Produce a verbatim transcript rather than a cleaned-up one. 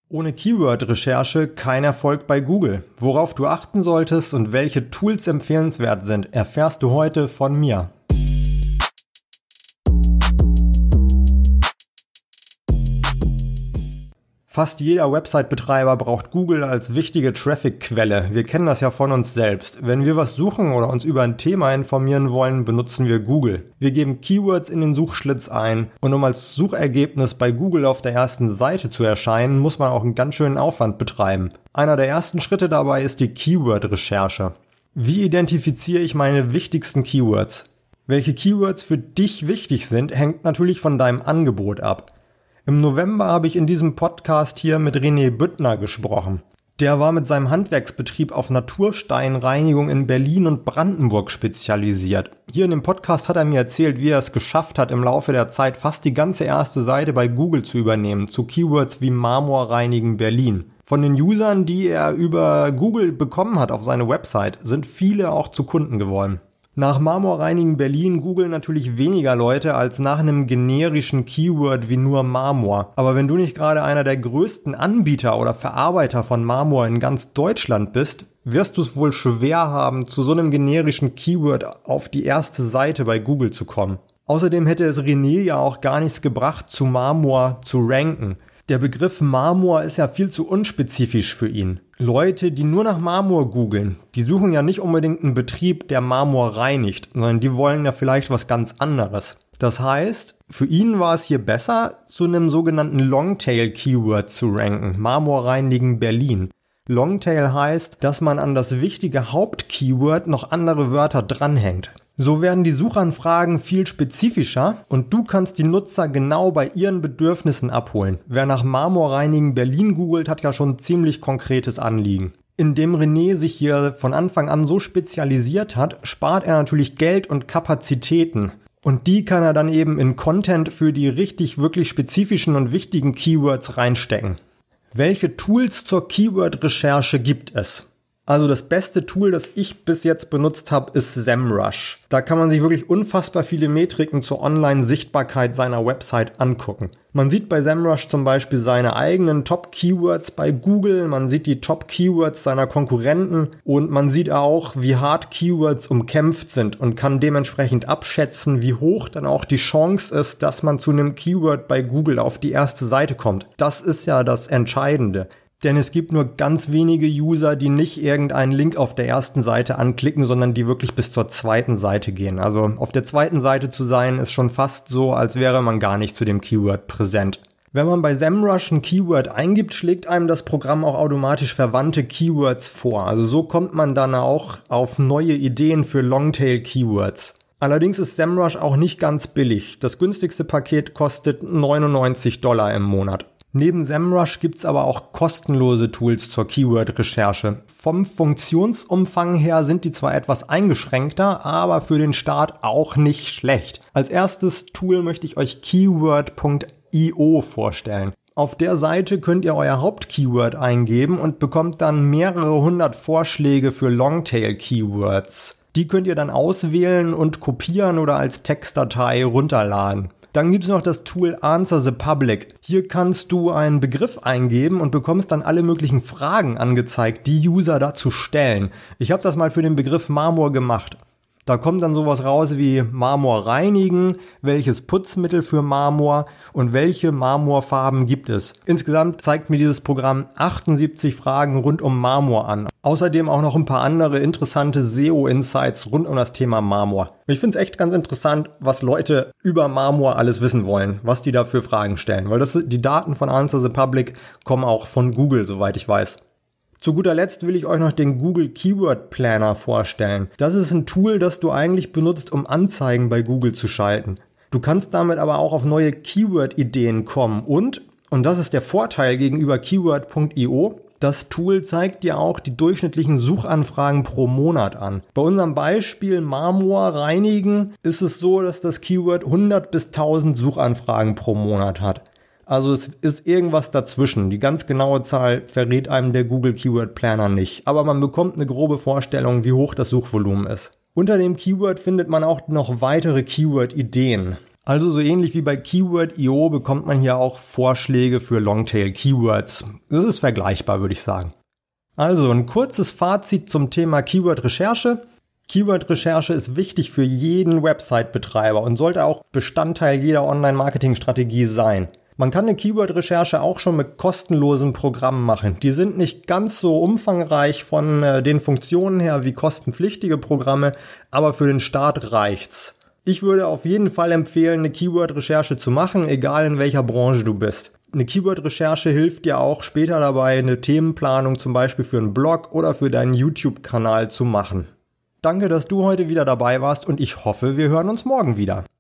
Ohne Keyword-Recherche kein Erfolg bei Google. Worauf du achten solltest und welche Tools empfehlenswert sind, erfährst du heute von mir. Fast jeder Website-Betreiber braucht Google als wichtige Traffic-Quelle. Wir kennen das ja von uns selbst. Wenn wir was suchen oder uns über ein Thema informieren wollen, benutzen wir Google. Wir geben Keywords in den Suchschlitz ein und um als Suchergebnis bei Google auf der ersten Seite zu erscheinen, muss man auch einen ganz schönen Aufwand betreiben. Einer der ersten Schritte dabei ist die Keyword-Recherche. Wie identifiziere ich meine wichtigsten Keywords? Welche Keywords für dich wichtig sind, hängt natürlich von deinem Angebot ab. Im November habe ich in diesem Podcast hier mit René Büttner gesprochen. Der war mit seinem Handwerksbetrieb auf Natursteinreinigung in Berlin und Brandenburg spezialisiert. Hier in dem Podcast hat er mir erzählt, wie er es geschafft hat, im Laufe der Zeit fast die ganze erste Seite bei Google zu übernehmen, zu Keywords wie Marmor reinigen Berlin. Von den Usern, die er über Google bekommen hat auf seine Website, sind viele auch zu Kunden geworden. Nach Marmor reinigen Berlin googeln natürlich weniger Leute als nach einem generischen Keyword wie nur Marmor. Aber wenn du nicht gerade einer der größten Anbieter oder Verarbeiter von Marmor in ganz Deutschland bist, wirst du es wohl schwer haben, zu so einem generischen Keyword auf die erste Seite bei Google zu kommen. Außerdem hätte es René ja auch gar nichts gebracht, zu Marmor zu ranken. Der Begriff Marmor ist ja viel zu unspezifisch für ihn. Leute, die nur nach Marmor googeln, die suchen ja nicht unbedingt einen Betrieb, der Marmor reinigt, sondern die wollen ja vielleicht was ganz anderes. Das heißt, für ihn war es hier besser, zu einem sogenannten Longtail-Keyword zu ranken, Marmor reinigen Berlin. Longtail heißt, dass man an das wichtige Hauptkeyword noch andere Wörter dranhängt. So werden die Suchanfragen viel spezifischer und du kannst die Nutzer genau bei ihren Bedürfnissen abholen. Wer nach Marmor reinigen Berlin googelt, hat ja schon ein ziemlich konkretes Anliegen. Indem René sich hier von Anfang an so spezialisiert hat, spart er natürlich Geld und Kapazitäten. Und die kann er dann eben in Content für die richtig, wirklich spezifischen und wichtigen Keywords reinstecken. Welche Tools zur Keyword-Recherche gibt es? Also das beste Tool, das ich bis jetzt benutzt habe, ist SEMrush. Da kann man sich wirklich unfassbar viele Metriken zur Online-Sichtbarkeit seiner Website angucken. Man sieht bei SEMrush zum Beispiel seine eigenen Top-Keywords bei Google, man sieht die Top-Keywords seiner Konkurrenten und man sieht auch, wie hart Keywords umkämpft sind und kann dementsprechend abschätzen, wie hoch dann auch die Chance ist, dass man zu einem Keyword bei Google auf die erste Seite kommt. Das ist ja das Entscheidende. Denn es gibt nur ganz wenige User, die nicht irgendeinen Link auf der ersten Seite anklicken, sondern die wirklich bis zur zweiten Seite gehen. Also auf der zweiten Seite zu sein, ist schon fast so, als wäre man gar nicht zu dem Keyword präsent. Wenn man bei SEMrush ein Keyword eingibt, schlägt einem das Programm auch automatisch verwandte Keywords vor. Also so kommt man dann auch auf neue Ideen für Longtail-Keywords. Allerdings ist SEMrush auch nicht ganz billig. Das günstigste Paket kostet neunundneunzig Dollar im Monat. Neben SEMrush gibt's aber auch kostenlose Tools zur Keyword-Recherche. Vom Funktionsumfang her sind die zwar etwas eingeschränkter, aber für den Start auch nicht schlecht. Als erstes Tool möchte ich euch keyword punkt io vorstellen. Auf der Seite könnt ihr euer Hauptkeyword eingeben und bekommt dann mehrere hundert Vorschläge für Longtail-Keywords. Die könnt ihr dann auswählen und kopieren oder als Textdatei runterladen. Dann gibt es noch das Tool Answer the Public. Hier kannst du einen Begriff eingeben und bekommst dann alle möglichen Fragen angezeigt, die User dazu stellen. Ich habe das mal für den Begriff Marmor gemacht. Da kommt dann sowas raus wie Marmor reinigen, welches Putzmittel für Marmor und welche Marmorfarben gibt es. Insgesamt zeigt mir dieses Programm achtundsiebzig Fragen rund um Marmor an. Außerdem auch noch ein paar andere interessante S E O-Insights rund um das Thema Marmor. Ich finde es echt ganz interessant, was Leute über Marmor alles wissen wollen, was die da für Fragen stellen. Weil das, die Daten von Answer the Public kommen auch von Google, soweit ich weiß. Zu guter Letzt will ich euch noch den Google Keyword Planner vorstellen. Das ist ein Tool, das du eigentlich benutzt, um Anzeigen bei Google zu schalten. Du kannst damit aber auch auf neue Keyword-Ideen kommen und, und das ist der Vorteil gegenüber keyword punkt io, das Tool zeigt dir auch die durchschnittlichen Suchanfragen pro Monat an. Bei unserem Beispiel Marmor reinigen ist es so, dass das Keyword hundert bis tausend Suchanfragen pro Monat hat. Also es ist irgendwas dazwischen. Die ganz genaue Zahl verrät einem der Google Keyword Planner nicht. Aber man bekommt eine grobe Vorstellung, wie hoch das Suchvolumen ist. Unter dem Keyword findet man auch noch weitere Keyword-Ideen. Also so ähnlich wie bei Keyword Punkt io bekommt man hier auch Vorschläge für Longtail-Keywords. Das ist vergleichbar, würde ich sagen. Also ein kurzes Fazit zum Thema Keyword-Recherche. Keyword-Recherche ist wichtig für jeden Website-Betreiber und sollte auch Bestandteil jeder Online-Marketing-Strategie sein. Man kann eine Keyword-Recherche auch schon mit kostenlosen Programmen machen. Die sind nicht ganz so umfangreich von äh, den Funktionen her wie kostenpflichtige Programme, aber für den Start reicht's. Ich würde auf jeden Fall empfehlen, eine Keyword-Recherche zu machen, egal in welcher Branche du bist. Eine Keyword-Recherche hilft dir auch später dabei, eine Themenplanung zum Beispiel für einen Blog oder für deinen YouTube-Kanal zu machen. Danke, dass du heute wieder dabei warst und ich hoffe, wir hören uns morgen wieder.